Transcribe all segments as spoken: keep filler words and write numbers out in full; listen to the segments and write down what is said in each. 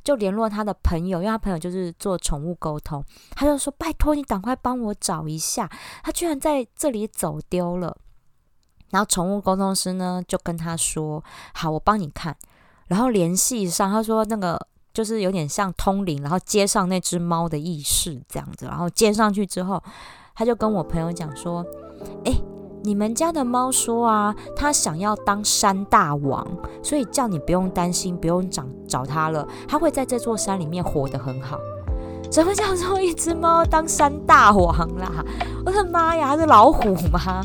就联络他的朋友，因为他朋友就是做宠物沟通，他就说拜托你赶快帮我找一下，他居然在这里走丢了。然后宠物沟通师呢就跟他说好，我帮你看，然后联系上，他说那个就是有点像通灵，然后接上那只猫的意识这样子，然后接上去之后，他就跟我朋友讲说，哎，你们家的猫说啊，它想要当山大王，所以叫你不用担心，不用找找它了，它会在这座山里面活得很好。什么叫做一只猫当山大王啦？我的妈呀，它是老虎吗？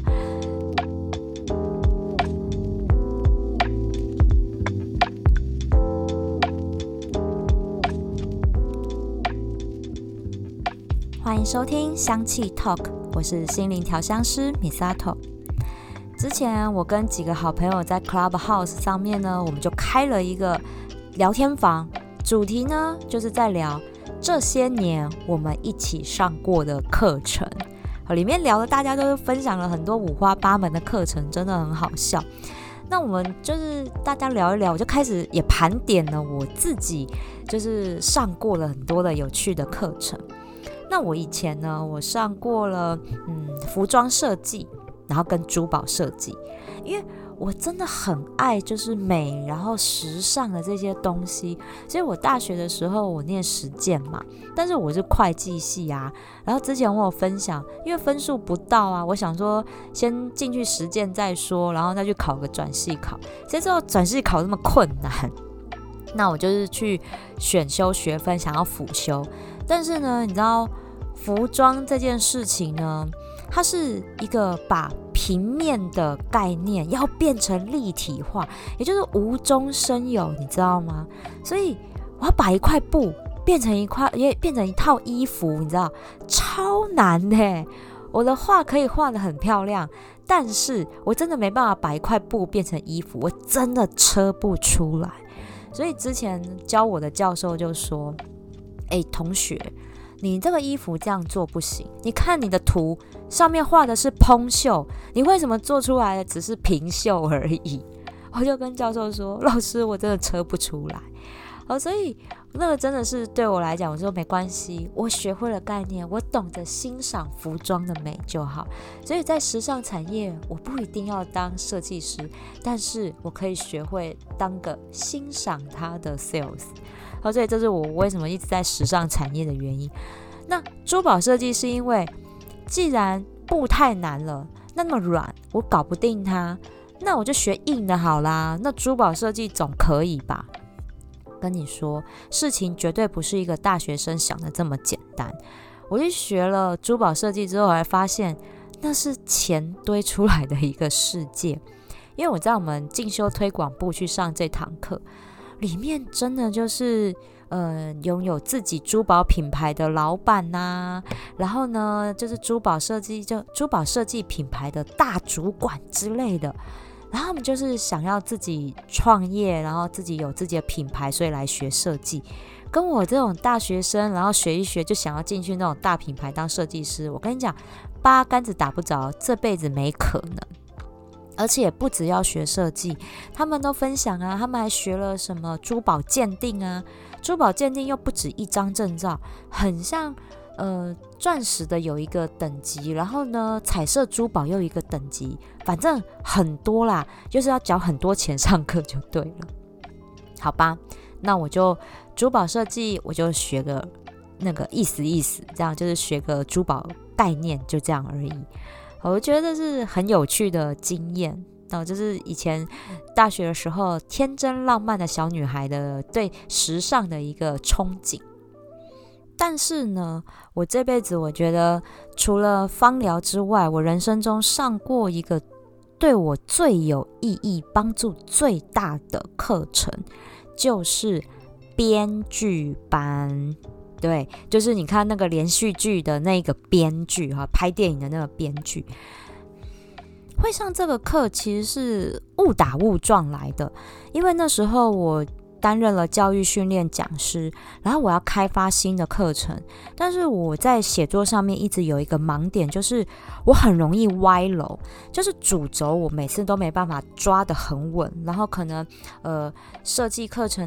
欢迎收听香气 Talk， 我是心灵调香师 Misato。之前我跟几个好朋友在 Clubhouse 上面呢，我们就开了一个聊天房，主题呢就是在聊这些年我们一起上过的课程。里面聊的大家都分享了很多五花八门的课程，真的很好笑。那我们就是大家聊一聊，我就开始也盘点了我自己就是上过了很多的有趣的课程。那我以前呢，我上过了嗯服装设计，然后跟珠宝设计，因为我真的很爱就是美，然后时尚的这些东西，所以我大学的时候我念实践嘛，但是我是会计系啊，然后之前我有分享，因为分数不到啊，我想说先进去实践再说，然后再去考个转系考，谁知道转系考那么困难，那我就是去选修学分，想要辅修。但是呢，你知道服装这件事情呢，它是一个把平面的概念要变成立体化，也就是无中生有，你知道吗？所以我要把一块布变成一块，也变成一套衣服，你知道，超难的。我的画可以画得很漂亮，但是我真的没办法把一块布变成衣服，我真的车不出来。所以之前教我的教授就说，哎，同学，你这个衣服这样做不行，你看你的图上面画的是蓬袖，你为什么做出来的只是平袖而已？我就跟教授说，老师，我真的车不出来。哦，所以那个真的是对我来讲，我说没关系，我学会了概念，我懂得欣赏服装的美就好。所以在时尚产业，我不一定要当设计师，但是我可以学会当个欣赏它的 sales。好，所以这是我为什么一直在时尚产业的原因。那珠宝设计是因为，既然布太难了，那么软我搞不定它，那我就学硬的好啦。那珠宝设计总可以吧？跟你说，事情绝对不是一个大学生想的这么简单。我去学了珠宝设计之后，还发现那是钱堆出来的一个世界。因为我在我们进修推广部去上这堂课，里面真的就是呃拥有自己珠宝品牌的老板啊，然后呢就是珠宝设计就珠宝设计品牌的大主管之类的。然后他们就是想要自己创业，然后自己有自己的品牌，所以来学设计。跟我这种大学生，然后学一学就想要进去那种大品牌当设计师，我跟你讲，八竿子打不着，这辈子没可能。而且不只要学设计，他们都分享啊，他们还学了什么珠宝鉴定啊，珠宝鉴定又不止一张证照，很像呃，钻石的有一个等级，然后呢，彩色珠宝又一个等级，反正很多啦，就是要缴很多钱上课就对了。好吧，那我就珠宝设计，我就学个那个意思意思，这样就是学个珠宝概念，就这样而已。我觉得这是很有趣的经验，哦，就是以前大学的时候，天真浪漫的小女孩的对时尚的一个憧憬。但是呢，我这辈子我觉得除了芳疗之外，我人生中上过一个对我最有意义、帮助最大的课程，就是编剧班。对，就是你看那个连续剧的那个编剧，拍电影的那个编剧。会上这个课其实是误打误撞来的，因为那时候我担任了教育训练讲师，然后我要开发新的课程，但是我在写作上面一直有一个盲点，就是我很容易歪楼，就是主轴我每次都没办法抓得很稳，然后可能呃设计课程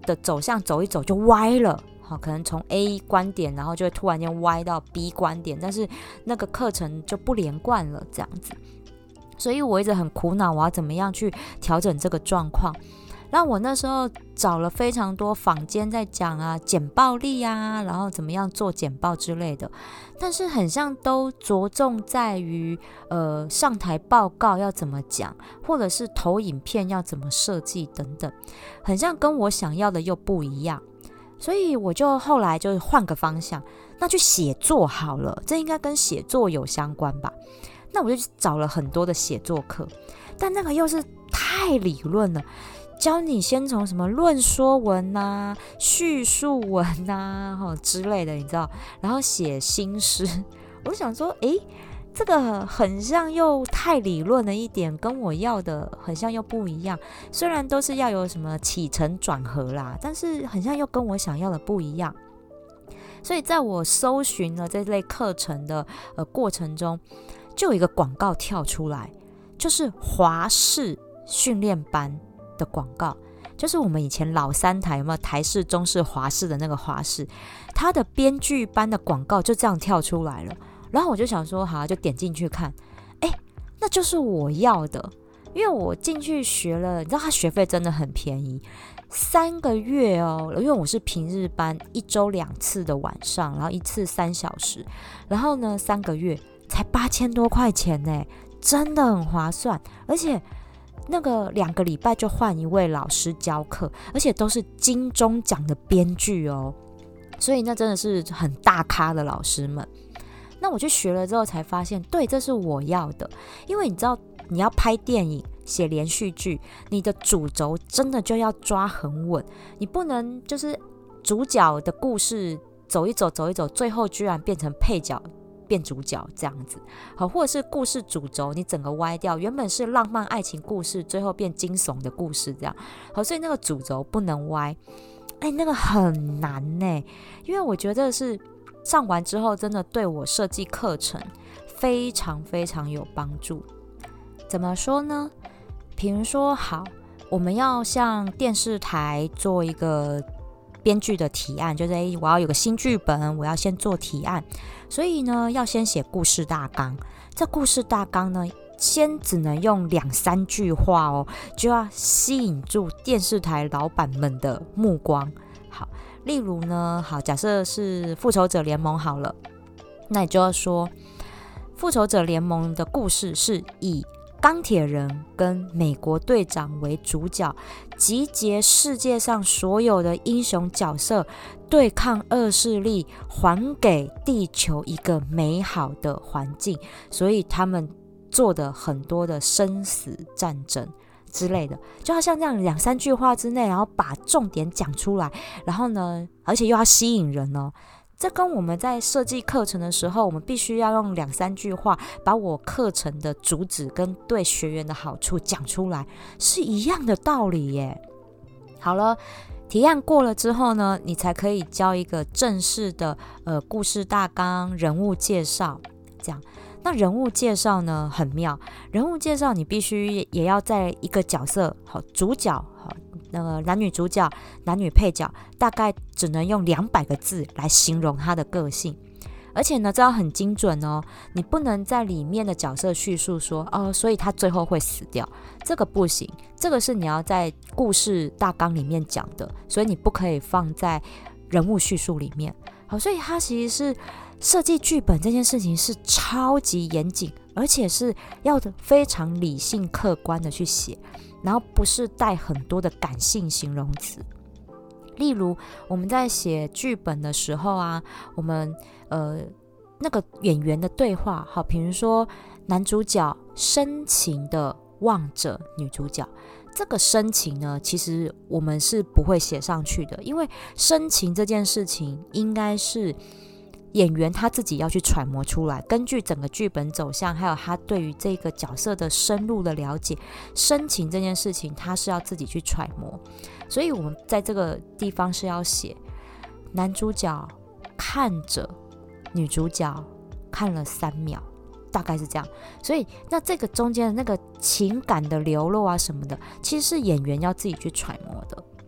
的走向走一走就歪了，好，可能从 A 观点，然后就会突然间歪到 B 观点，但是那个课程就不连贯了，这样子。所以我一直很苦恼，我要怎么样去调整这个状况。那我那时候找了非常多坊间在讲啊，简报力啊，然后怎么样做简报之类的，但是很像都着重在于呃上台报告要怎么讲，或者是投影片要怎么设计等等，很像跟我想要的又不一样。所以我就后来就换个方向，那去写作好了，这应该跟写作有相关吧。那我就找了很多的写作课，但那个又是太理论了，教你先从什么论说文啊、叙述文啊、哦、之类的，你知道，然后写新诗。我就想说，诶，这个很像又太理论了一点，跟我要的很像又不一样。虽然都是要有什么起承转合啦，但是很像又跟我想要的不一样。所以在我搜寻了这类课程的呃过程中，就有一个广告跳出来，就是华视训练班的广告，就是我们以前老三台有没有台视、中视、华视的那个华视，它的编剧班的广告就这样跳出来了。然后我就想说，好，就点进去看，哎，那就是我要的。因为我进去学了，你知道他学费真的很便宜，三个月哦，因为我是平日班，一周两次的晚上，然后一次三小时，然后呢三个月才八千多块钱呢，真的很划算。而且那个两个礼拜就换一位老师教课，而且都是金钟奖的编剧哦，所以那真的是很大咖的老师们。那我去学了之后才发现，对，这是我要的。因为你知道，你要拍电影、写连续剧，你的主轴真的就要抓很稳，你不能就是主角的故事走一走走一走，最后居然变成配角变主角这样子，好，或者是故事主轴你整个歪掉，原本是浪漫爱情故事，最后变惊悚的故事这样，好，所以那个主轴不能歪，哎，那个很难呢，因为我觉得是上完之后真的对我设计课程非常非常有帮助。怎么说呢？比如说，好，我们要向电视台做一个编剧的提案，就是诶我要有个新剧本，我要先做提案，所以呢要先写故事大纲。这故事大纲呢先只能用两三句话哦，就要吸引住电视台老板们的目光。好，例如呢，好，假设是复仇者联盟好了，那你就要说复仇者联盟的故事是以钢铁人跟美国队长为主角，集结世界上所有的英雄角色，对抗恶势力，还给地球一个美好的环境，所以他们做的很多的生死战争之类的，就要像这样两三句话之内，然后把重点讲出来，然后呢，而且又要吸引人哦。这跟我们在设计课程的时候，我们必须要用两三句话把我课程的主旨跟对学员的好处讲出来，是一样的道理耶。好了，提案过了之后呢，你才可以教一个正式的呃故事大纲、人物介绍，这样。那人物介绍呢很妙，人物介绍你必须也要在一个角色，好，主角，好，那个男女主角、男女配角，大概只能用两百个字来形容他的个性，而且呢，这要很精准哦，你不能在里面的角色叙述说，哦，所以他最后会死掉，这个不行，这个是你要在故事大纲里面讲的，所以你不可以放在人物叙述里面。好，所以它其实是设计剧本这件事情是超级严谨，而且是要的非常理性客观的去写，然后不是带很多的感性形容词。例如我们在写剧本的时候啊，我们呃那个演员的对话，好，比如说男主角深情的望着女主角，这个深情呢，其实我们是不会写上去的，因为深情这件事情应该是演员他自己要去揣摩出来，根据整个剧本走向，还有他对于这个角色的深入的了解，深情这件事情他是要自己去揣摩，所以我们在这个地方是要写男主角看着女主角看了三秒，大概是这样，所以那这个中间的那个情感的流露啊什么的，其实是演员要自己去揣摩的。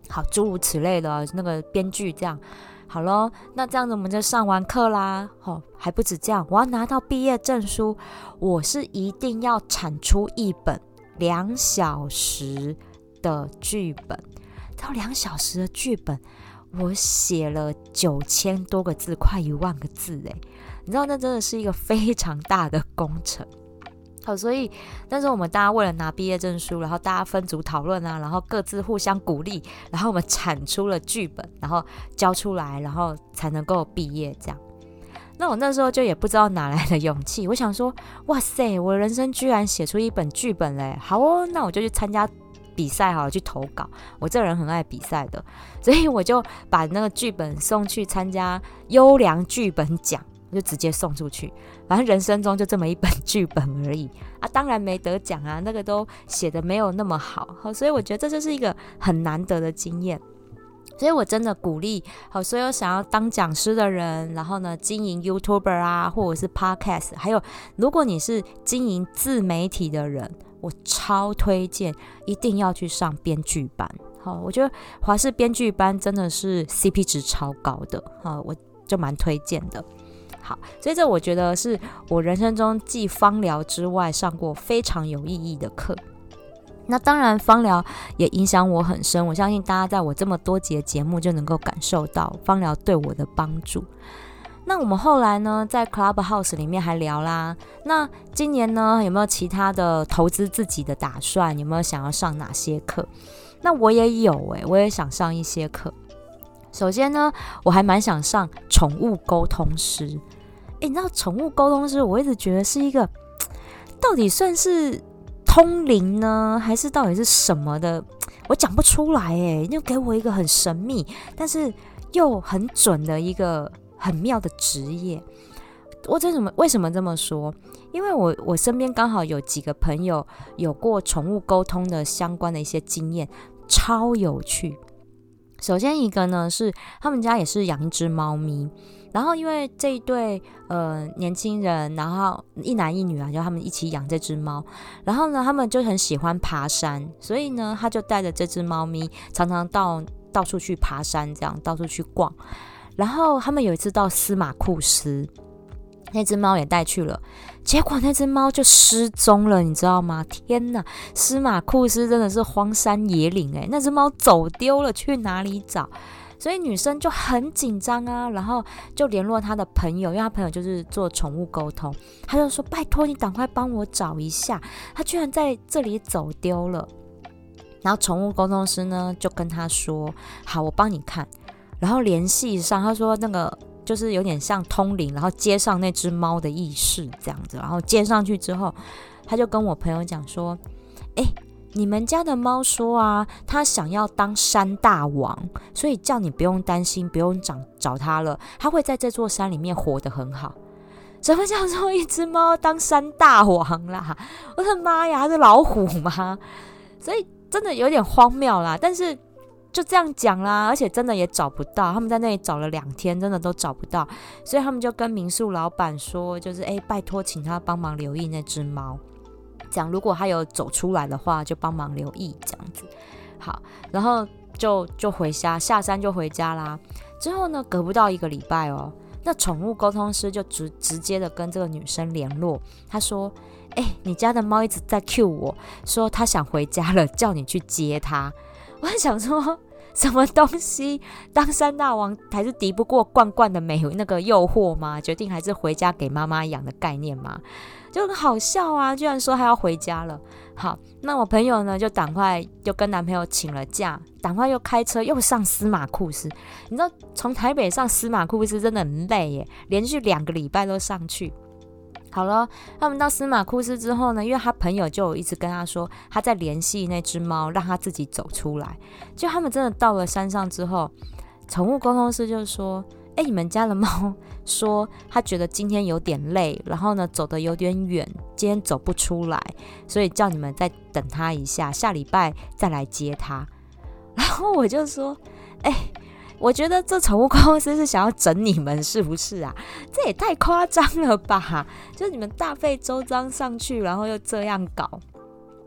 好，诸如此类的那个编剧这样。好咯，那这样子我们就上完课啦。哦，还不止这样，我要拿到毕业证书，我是一定要产出一本两小时的剧本。到两小时的剧本，我写了九千多个字，快一万个字哎！你知道那真的是一个非常大的工程。好，所以那时候我们大家为了拿毕业证书，然后大家分组讨论啊，然后各自互相鼓励，然后我们产出了剧本，然后交出来，然后才能够毕业这样。那我那时候就也不知道哪来的勇气，我想说，哇塞，我人生居然写出一本剧本嘞！好哦，那我就去参加比赛好了，去投稿。我这个人很爱比赛的，所以我就把那个剧本送去参加优良剧本奖。我就直接送出去，反正人生中就这么一本剧本而已啊，当然没得奖啊，那个都写的没有那么好，好，所以我觉得这就是一个很难得的经验。所以我真的鼓励好所有想要当讲师的人，然后呢经营 YouTuber 啊，或者是 Podcast， 还有如果你是经营自媒体的人，我超推荐一定要去上编剧班。好，我觉得华视编剧班真的是 C P 值超高的，好，我就蛮推荐的。好，所以这我觉得是我人生中继芳疗之外上过非常有意义的课。那当然芳疗也影响我很深，我相信大家在我这么多集的节目就能够感受到芳疗对我的帮助。那我们后来呢在 Clubhouse 里面还聊啦，那今年呢有没有其他的投资自己的打算，有没有想要上哪些课？那我也有耶、欸、我也想上一些课。首先呢我还蛮想上宠物沟通师。欸、你知道宠物沟通师我一直觉得是一个到底算是通灵呢还是到底是什么的，我讲不出来耶，就给我一个很神秘但是又很准的一个很妙的职业。我为什么为什么这么说？因为我我身边刚好有几个朋友有过宠物沟通的相关的一些经验，超有趣。首先一个呢是他们家也是养一只猫咪，然后因为这一对呃年轻人，然后一男一女啊，就他们一起养这只猫，然后呢他们就很喜欢爬山，所以呢他就带着这只猫咪常常到到处去爬山，这样到处去逛。然后他们有一次到司马库斯，那只猫也带去了，结果那只猫就失踪了，你知道吗？天哪，司马库斯真的是荒山野岭欸，那只猫走丢了，去哪里找？所以女生就很紧张啊，然后就联络她的朋友，因为她朋友就是做宠物沟通，她就说拜托你赶快帮我找一下，她居然在这里走丢了。然后宠物沟通师呢就跟她说好，我帮你看，然后联系上，他说那个就是有点像通灵，然后接上那只猫的意识这样子，然后接上去之后，他就跟我朋友讲说，哎，你们家的猫说啊，它想要当山大王，所以叫你不用担心，不用找找它了，它会在这座山里面活得很好。什么叫做一只猫当山大王啦？我的妈呀，它是老虎吗？所以真的有点荒谬啦，但是就这样讲啦，而且真的也找不到，他们在那里找了两天，真的都找不到，所以他们就跟民宿老板说，就是哎，拜托请他帮忙留意那只猫，这样如果他有走出来的话，就帮忙留意这样子。好，然后就就回家，下山就回家啦。之后呢，隔不到一个礼拜哦，那宠物沟通师就直直接的跟这个女生联络，他说，哎，你家的猫一直在 cue 我说他想回家了，叫你去接他。我很想说什么东西，当山大王还是敌不过罐罐的美那个诱惑吗？决定还是回家给妈妈养的概念吗？就很好笑啊，居然说他要回家了。好，那我朋友呢就赶快就跟男朋友请了假，赶快又开车又上司马库斯。你知道从台北上司马库斯真的很累耶，连续两个礼拜都上去。好了，他们到司马库斯之后呢，因为他朋友就有一直跟他说他在联系那只猫，让他自己走出来。就他们真的到了山上之后，宠物沟通师就说，哎，你们家的猫说他觉得今天有点累，然后呢走得有点远，今天走不出来，所以叫你们再等他一下，下礼拜再来接他。然后我就说，哎，我觉得这宠物公司是想要整你们是不是啊？这也太夸张了吧，就是你们大费周章上去，然后又这样搞。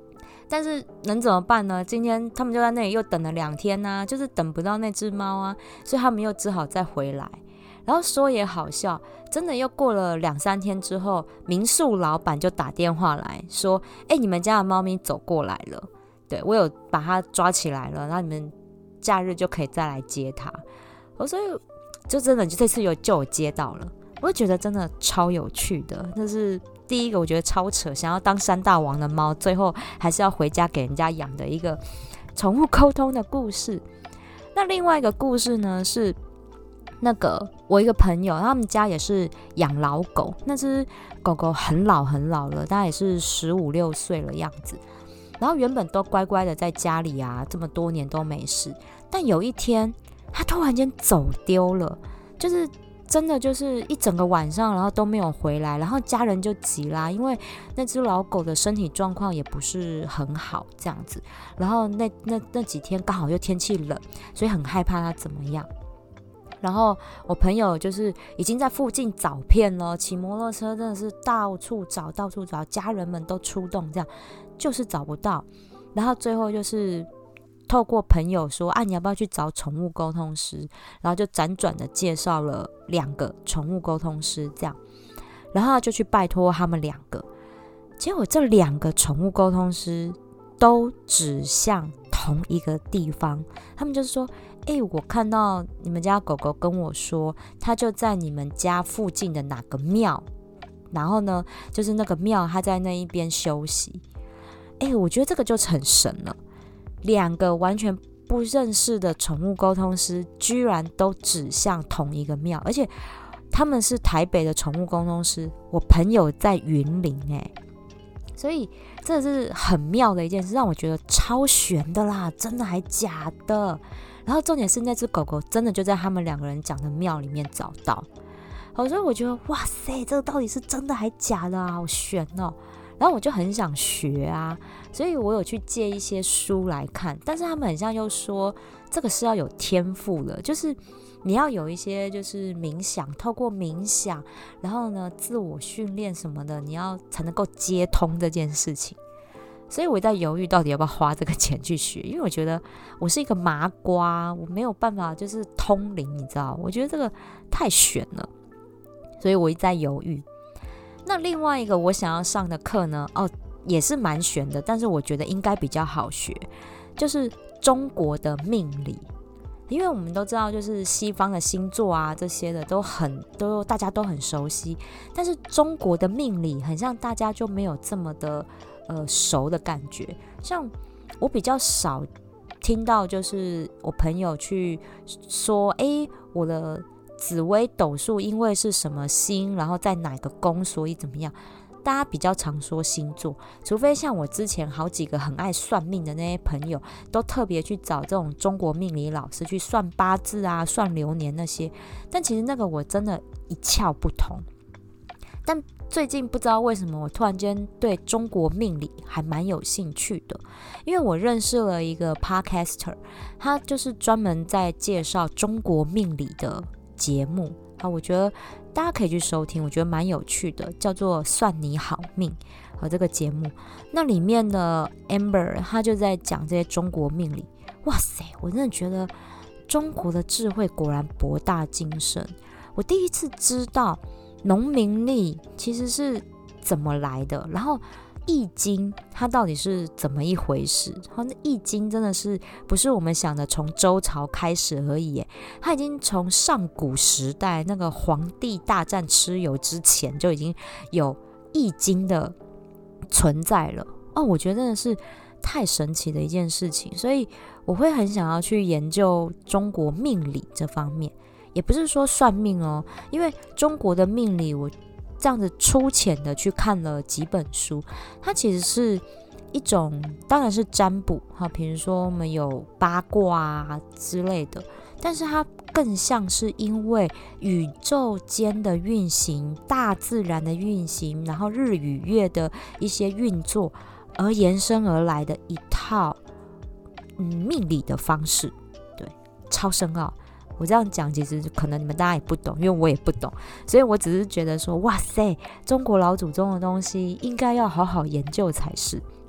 但是能怎么办呢？今天他们就在那里又等了两天啊，就是等不到那只猫啊，所以他们又只好再回来。然后说也好笑，真的又过了两三天之后，民宿老板就打电话来说：“哎、欸，你们家的猫咪走过来了，对我有把它抓起来了，然后你们假日就可以再来接它。”我所以就真的就这次有就有接到了，我就觉得真的超有趣的。这是第一个我觉得超扯，想要当山大王的猫，最后还是要回家给人家养的一个宠物沟通的故事。那另外一个故事呢是。那个我一个朋友，他们家也是养老狗，那只狗狗很老很老了，大概也是十五六岁了样子。然后原本都乖乖的在家里啊，这么多年都没事。但有一天，它突然间走丢了，就是真的就是一整个晚上，然后都没有回来。然后家人就急啦，因为那只老狗的身体状况也不是很好，这样子。然后那那那几天刚好又天气冷，所以很害怕它怎么样。然后我朋友就是已经在附近找遍了，骑摩托车真的是到处找到处找，家人们都出动，这样就是找不到。然后最后就是透过朋友说啊，你要不要去找宠物沟通师，然后就辗转的介绍了两个宠物沟通师这样，然后就去拜托他们两个。结果这两个宠物沟通师都指向同一个地方，他们就是说哎、欸，我看到你们家狗狗跟我说，它就在你们家附近的哪个庙，然后呢，就是那个庙，它在那一边休息。哎、欸，我觉得这个就很神了，两个完全不认识的宠物沟通师，居然都指向同一个庙，而且他们是台北的宠物沟通师，我朋友在云林哎、欸，所以这是很妙的一件事，让我觉得超悬的啦，真的还假的？然后重点是那只狗狗真的就在他们两个人讲的庙里面找到，好，所以我觉得哇塞，这个到底是真的还假的啊？好悬哦！然后我就很想学啊，所以我有去借一些书来看，但是他们很像又说这个是要有天赋的，就是你要有一些就是冥想，透过冥想，然后呢自我训练什么的，你要才能够接通这件事情。所以我在犹豫到底要不要花这个钱去学，因为我觉得我是一个麻瓜，我没有办法就是通灵，你知道，我觉得这个太悬了，所以我一直在犹豫。那另外一个我想要上的课呢，哦，也是蛮悬的，但是我觉得应该比较好学，就是中国的命理。因为我们都知道，就是西方的星座啊这些的都很都大家都很熟悉，但是中国的命理很像大家就没有这么的呃熟的感觉。像我比较少听到，就是我朋友去说，哎，我的紫微斗数因为是什么星，然后在哪个宫，所以怎么样。大家比较常说星座，除非像我之前好几个很爱算命的那些朋友，都特别去找这种中国命理老师去算八字啊、算流年那些，但其实那个我真的一窍不通。但最近不知道为什么，我突然间对中国命理还蛮有兴趣的，因为我认识了一个 podcaster， 他就是专门在介绍中国命理的节目啊，我觉得大家可以去收听，我觉得蛮有趣的，叫做算你好命和这个节目。那里面的 Amber 他就在讲这些中国命理，哇塞，我真的觉得中国的智慧果然博大精深。我第一次知道农民历其实是怎么来的，然后易经它到底是怎么一回事？那易经真的是不是我们想的从周朝开始而已耶，它已经从上古时代那个黄帝大战蚩尤之前就已经有易经的存在了哦，我觉得真的是太神奇的一件事情，所以我会很想要去研究中国命理这方面，也不是说算命哦，因为中国的命理我这样子粗浅的去看了几本书，它其实是一种当然是占卜，比如说我们有八卦啊之类的，但是它更像是因为宇宙间的运行、大自然的运行，然后日与月的一些运作而延伸而来的一套嗯命理的方式，对，超深奥。我这样讲其实可能你们大家也不懂，因为我也不懂，所以我只是觉得说哇塞，中国老祖宗的东西应该要好好研究才是。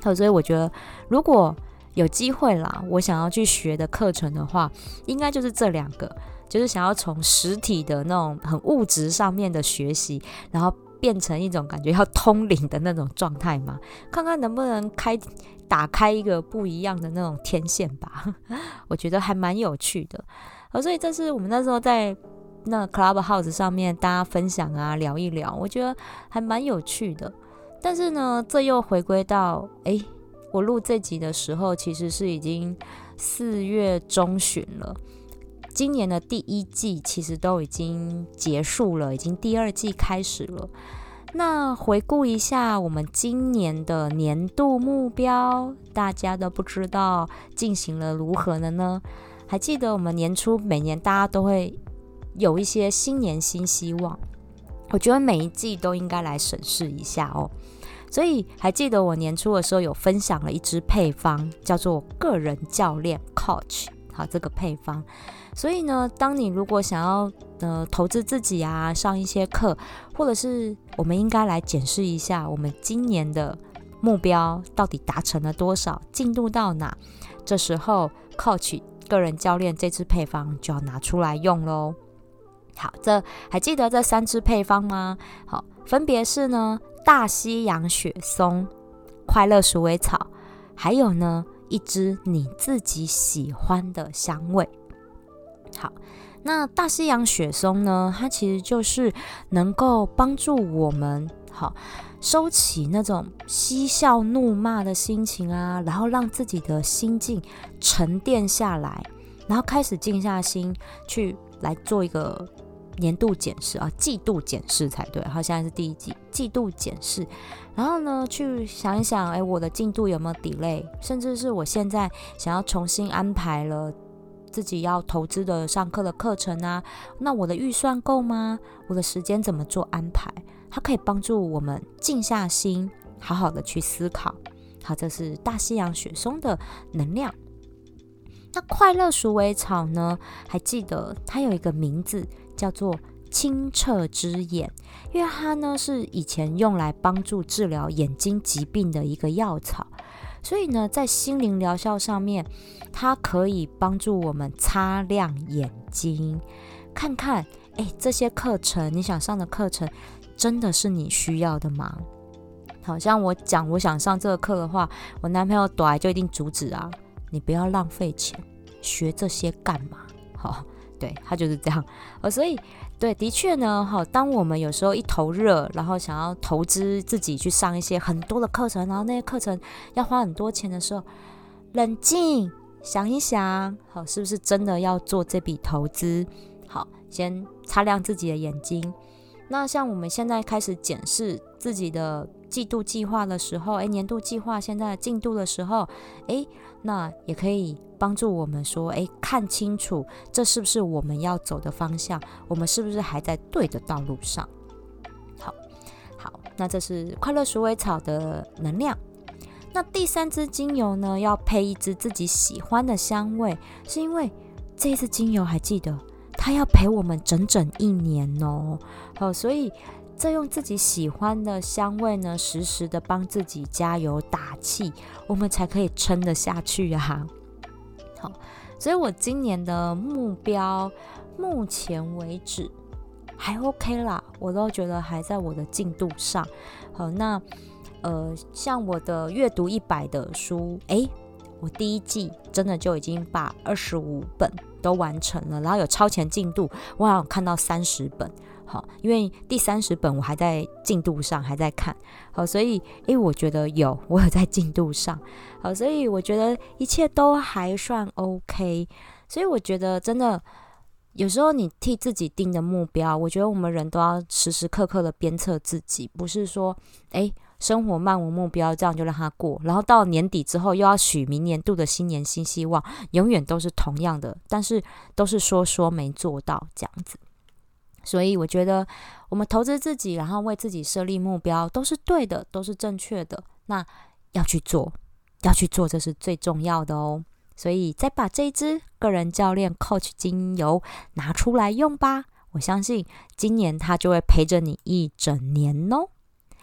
所以我觉得如果有机会啦，我想要去学的课程的话，应该就是这两个，就是想要从实体的那种很物质上面的学习，然后变成一种感觉要通灵的那种状态嘛，看看能不能开打开一个不一样的那种天线吧我觉得还蛮有趣的。所以这是我们那时候在那 Clubhouse 上面大家分享啊，聊一聊，我觉得还蛮有趣的。但是呢，这又回归到诶我录这集的时候其实是已经四月中旬了，今年的第一季其实都已经结束了，已经第二季开始了。那回顾一下我们今年的年度目标，大家都不知道进行了如何了呢？还记得我们年初每年大家都会有一些新年新希望，我觉得每一季都应该来审视一下哦。所以还记得我年初的时候有分享了一支配方，叫做个人教练 Coach， 好，这个配方。所以呢，当你如果想要呃投资自己啊，上一些课，或者是我们应该来检视一下我们今年的目标到底达成了多少，进度到哪，这时候 Coach 个人教练这支配方就要拿出来用咯。好，这还记得这三支配方吗？好，分别是呢大西洋雪松、快乐鼠尾草，还有呢一支你自己喜欢的香味。好，那大西洋雪松呢，它其实就是能够帮助我们好收起那种嬉笑怒骂的心情啊，然后让自己的心境沉淀下来，然后开始静下心去来做一个年度检视啊，季度检视才对。然后现在是第一季，季度检视，然后呢，去想一想，哎，我的进度有没有 delay， 甚至是我现在想要重新安排了自己要投资的上课的课程啊，那我的预算够吗？我的时间怎么做安排？它可以帮助我们静下心，好好的去思考。好，这是大西洋雪松的能量。那快乐鼠尾草呢？还记得它有一个名字叫做清澈之眼，因为它呢是以前用来帮助治疗眼睛疾病的一个药草，所以呢在心灵疗效上面，它可以帮助我们擦亮眼睛，看看哎这些课程你想上的课程真的是你需要的吗？好像我讲我想上这个课的话，我男朋友躲来就一定阻止啊，你不要浪费钱，学这些干嘛？好，对，他就是这样。呃，所以对，的确呢，好，当我们有时候一头热，然后想要投资自己去上一些很多的课程，然后那些课程要花很多钱的时候，冷静想一想，好，是不是真的要做这笔投资？好，先擦亮自己的眼睛。那像我们现在开始检视自己的季度计划的时候，诶，年度计划现在的进度的时候，诶，那也可以帮助我们说，诶，看清楚这是不是我们要走的方向，我们是不是还在对的道路上。好，好，那这是快乐鼠尾草的能量。那第三支精油呢，要配一支自己喜欢的香味，是因为这一支精油还记得它要陪我们整整一年哦。好，所以这用自己喜欢的香味呢，时时的帮自己加油打气，我们才可以撑得下去啊。好，所以我今年的目标目前为止还 OK 啦，我都觉得还在我的进度上。好，那呃，像我的阅读一百的书，诶，我第一季真的就已经把二十五本都完成了，然后有超前进度，我好像看到三十本。好，因为第三十本我还在进度上，还在看。好，所以诶，我觉得有，我有在进度上。好，所以我觉得一切都还算 OK。所以我觉得真的，有时候你替自己定的目标，我觉得我们人都要时时刻刻的鞭策自己，不是说诶生活漫无目标，这样就让它过，然后到年底之后又要许明年度的新年新希望，永远都是同样的，但是都是说说没做到这样子。所以我觉得我们投资自己，然后为自己设立目标，都是对的，都是正确的。那要去做，要去做，这是最重要的哦。所以再把这一支个人教练 Coach 精油拿出来用吧，我相信今年它就会陪着你一整年哦。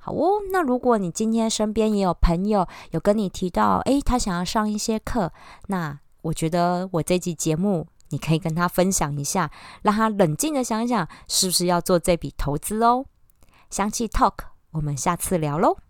好哦，那如果你今天身边也有朋友有跟你提到，诶，他想要上一些课，那我觉得我这集节目你可以跟他分享一下，让他冷静的想一想是不是要做这笔投资哦。香气 Talk， 我们下次聊咯。